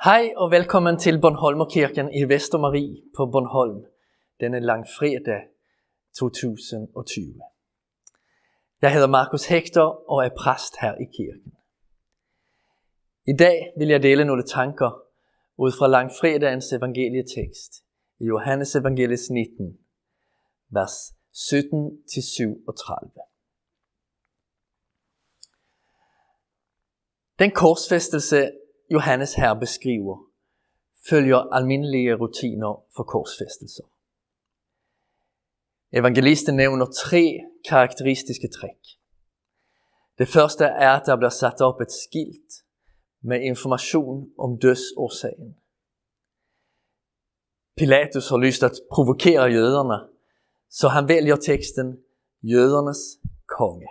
Hej og velkommen til Bornholmerkirken i Vestermarie på Bornholm denne langfredag 2020. Jeg hedder Markus Hector og er præst her i kirken. I dag vil jeg dele nogle tanker ud fra langfredagens evangelietekst i Johannes evangeliets 19, vers 17-37. Den korsfæstelse Johannes her beskriver, følger almindelige rutiner for korsfæstelser. Evangelisten nævner 3 karakteristiske træk. Det første er, at der bliver sat op et skilt med information om dødsårsagen. Pilatus har lyst at provokere jøderne, så han vælger teksten jødernes konge.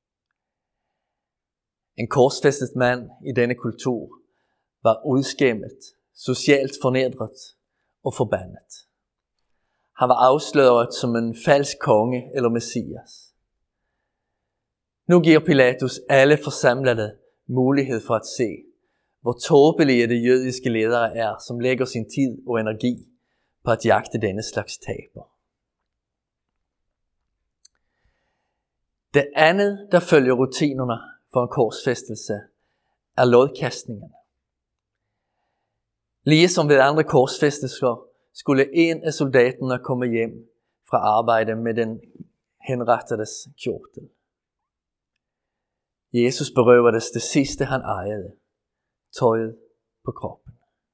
En korsfæstet mand i denne kultur var udskæmmet, socialt fornedret og forbandet. Han var afsløret som en falsk konge eller messias. Nu giver Pilatus alle forsamlede mulighed for at se, hvor tåbelige de jødiske ledere er, som lægger sin tid og energi på at jagte denne slags taber. Det andet, der følger rutinerne for en korsfæstelse, er lodkastningen. Ligesom ved andre korsfæstelser skulle en af soldaterne komme hjem fra arbejde med den henrettedes kjortel. Jesus berøvedes det sidste han ejede, tøjet på kroppen.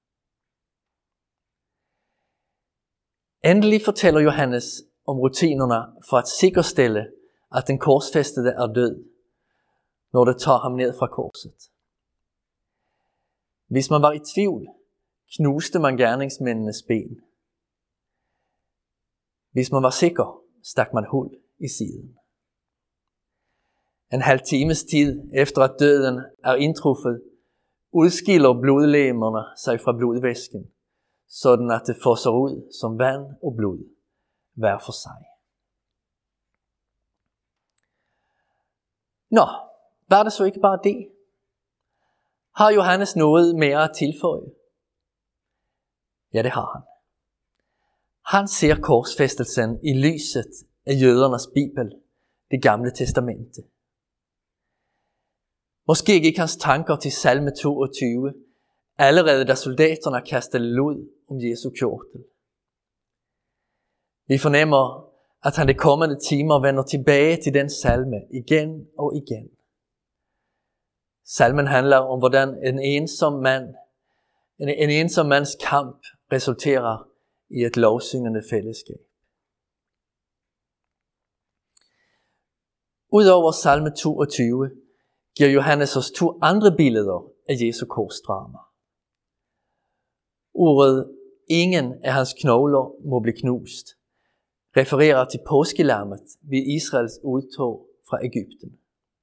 Endelig fortæller Johannes om rutinerne for at sikkerstille, at den korsfæstede er død, når det tager ham ned fra korset. Hvis man var i tvivl, knuste man gerningsmændenes ben. Hvis man var sikker, stak man hul i siden. En halv times tid efter at døden er indtruffet, udskiller blodlegemerne sig fra blodvæsken, sådan at det fosser ud som vand og blod, hver for sig. Nå, var det så ikke bare det? Har Johannes noget mere at tilføje? Ja, det har han. Han ser korsfæstelsen i lyset af jødernes bibel, det gamle testamente. Måske gik hans tanker til salme 22, allerede da soldaterne kastede lod om Jesu kjortel. Vi fornemmer, at han de kommende timer vender tilbage til den salme igen og igen. Salmen handler om, hvordan en ensom mands kamp resulterer i et lovsyngende fællesskab. Udover salme 22 giver Johannes os 2 andre billeder af Jesu korsdrama. Ordet ingen af hans knogler må blive knust refererer til påskelammet ved Israels udtog fra Egypten.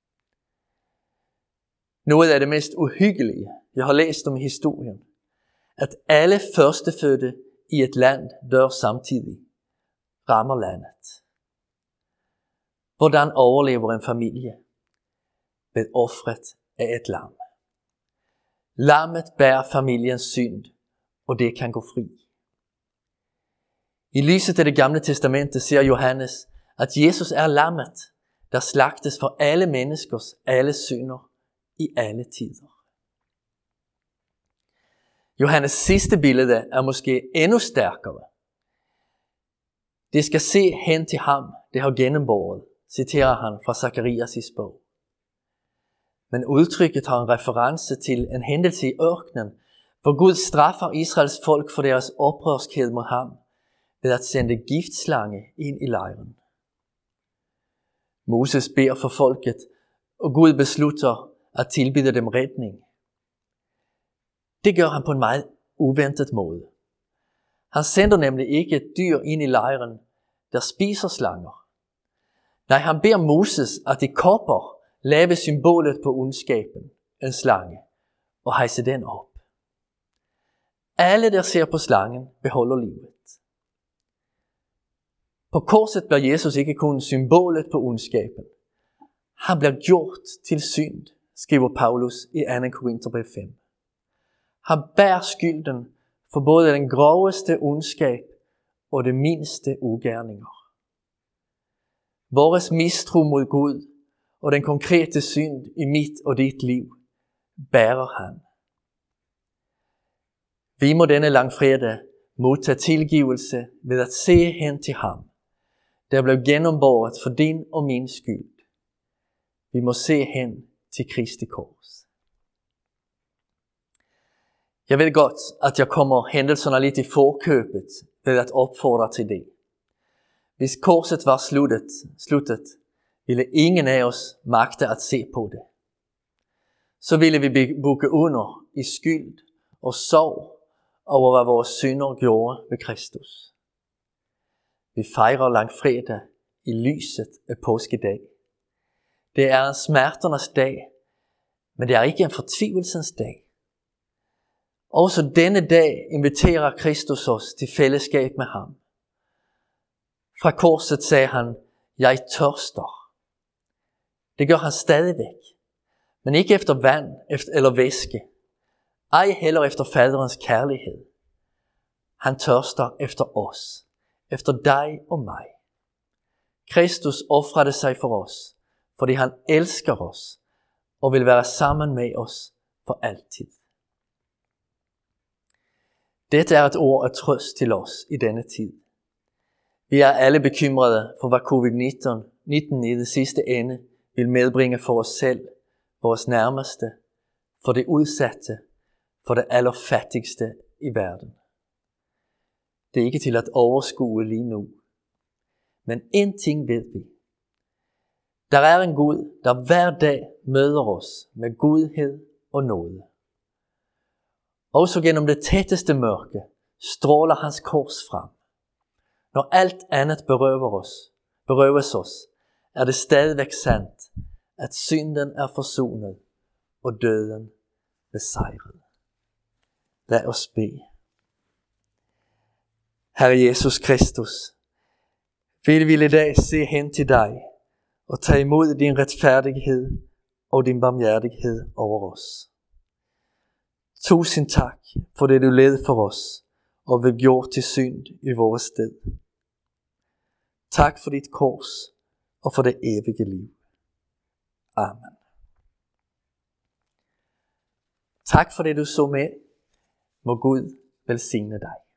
Noget af det mest uhyggelige, jeg har læst om i historien, at alle førstefødte i et land dør samtidig, rammer landet. Hvordan overlever en familie? Ved offret af et lam. Lammet bærer familiens synd, og det kan gå fri. I lyset af det gamle testamente ser Johannes, at Jesus er lammet, der slagtes for alle menneskers alle synder i alle tider. Johannes sidste billede er måske endnu stærkere. Det skal se hen til ham, det har gennembåret, citerer han fra Zakarias' bog. Men udtrykket har en reference til en hændelse i ørkenen, hvor Gud straffer Israels folk for deres oprørskhed mod ham, ved at sende giftslange ind i lejren. Moses beder for folket, og Gud beslutter at tilbyde dem redning. Det gør han på en meget uventet måde. Han sender nemlig ikke et dyr ind i lejren, der spiser slanger. Nej, han beder Moses, at i kopper lave symbolet på ondskaben, en slange, og hejse den op. Alle, der ser på slangen, beholder livet. På korset bliver Jesus ikke kun symbolet på ondskaben. Han bliver gjort til synd, skriver Paulus i 2. Korintherbrev 5. Han bærer skylden for både den groveste ondskab og det mindste ugerninger. Vores mistro mod Gud og den konkrete synd i mit og dit liv bærer han. Vi må denne langfredag modtage tilgivelse ved at se hen til ham, der blev gennembåret for din og min skyld. Vi må se hen til Kristi kors. Jeg ved godt, at jeg kommer hændelserna lidt i forkøbet ved at opfordre til det. Hvis korset var sluttet, ville ingen af os magte at se på det. Så ville vi bukke under i skyld og sorg over hvad vores synder gjorde ved Kristus. Vi fejrer langfredag i lyset af påskedag. Det er en smerternes dag, men det er ikke en fortvivlelsens dag. Også denne dag inviterer Kristus os til fællesskab med ham. Fra korset sagde han, jeg tørster. Det gør han stadigvæk, men ikke efter vand eller væske. Ej heller efter faderens kærlighed. Han tørster efter os, efter dig og mig. Kristus ofrede sig for os, fordi han elsker os og vil være sammen med os for altid. Dette er et ord af trøst til os i denne tid. Vi er alle bekymrede for, hvad covid-19 i det sidste ende vil medbringe for os selv, vores nærmeste, for det udsatte, for det allerfattigste i verden. Det er ikke til at overskue lige nu. Men en ting ved vi. Der er en Gud, der hver dag møder os med godhed og nåde. Også gennem det tætteste stråler hans kors frem. Når alt andet berøves os, er det stadigvæk sandt, at synden er forsonet og døden besejret. Lad os bede. Herre Jesus Kristus, vi vil i dag se hen til dig og tage imod din retfærdighed og din barmhjertighed over os. Tusind tak for det du led for os og vil gjort til synd i vores sted. Tak for dit kors og for det evige liv. Amen. Tak for det du så med. Må Gud velsigne dig.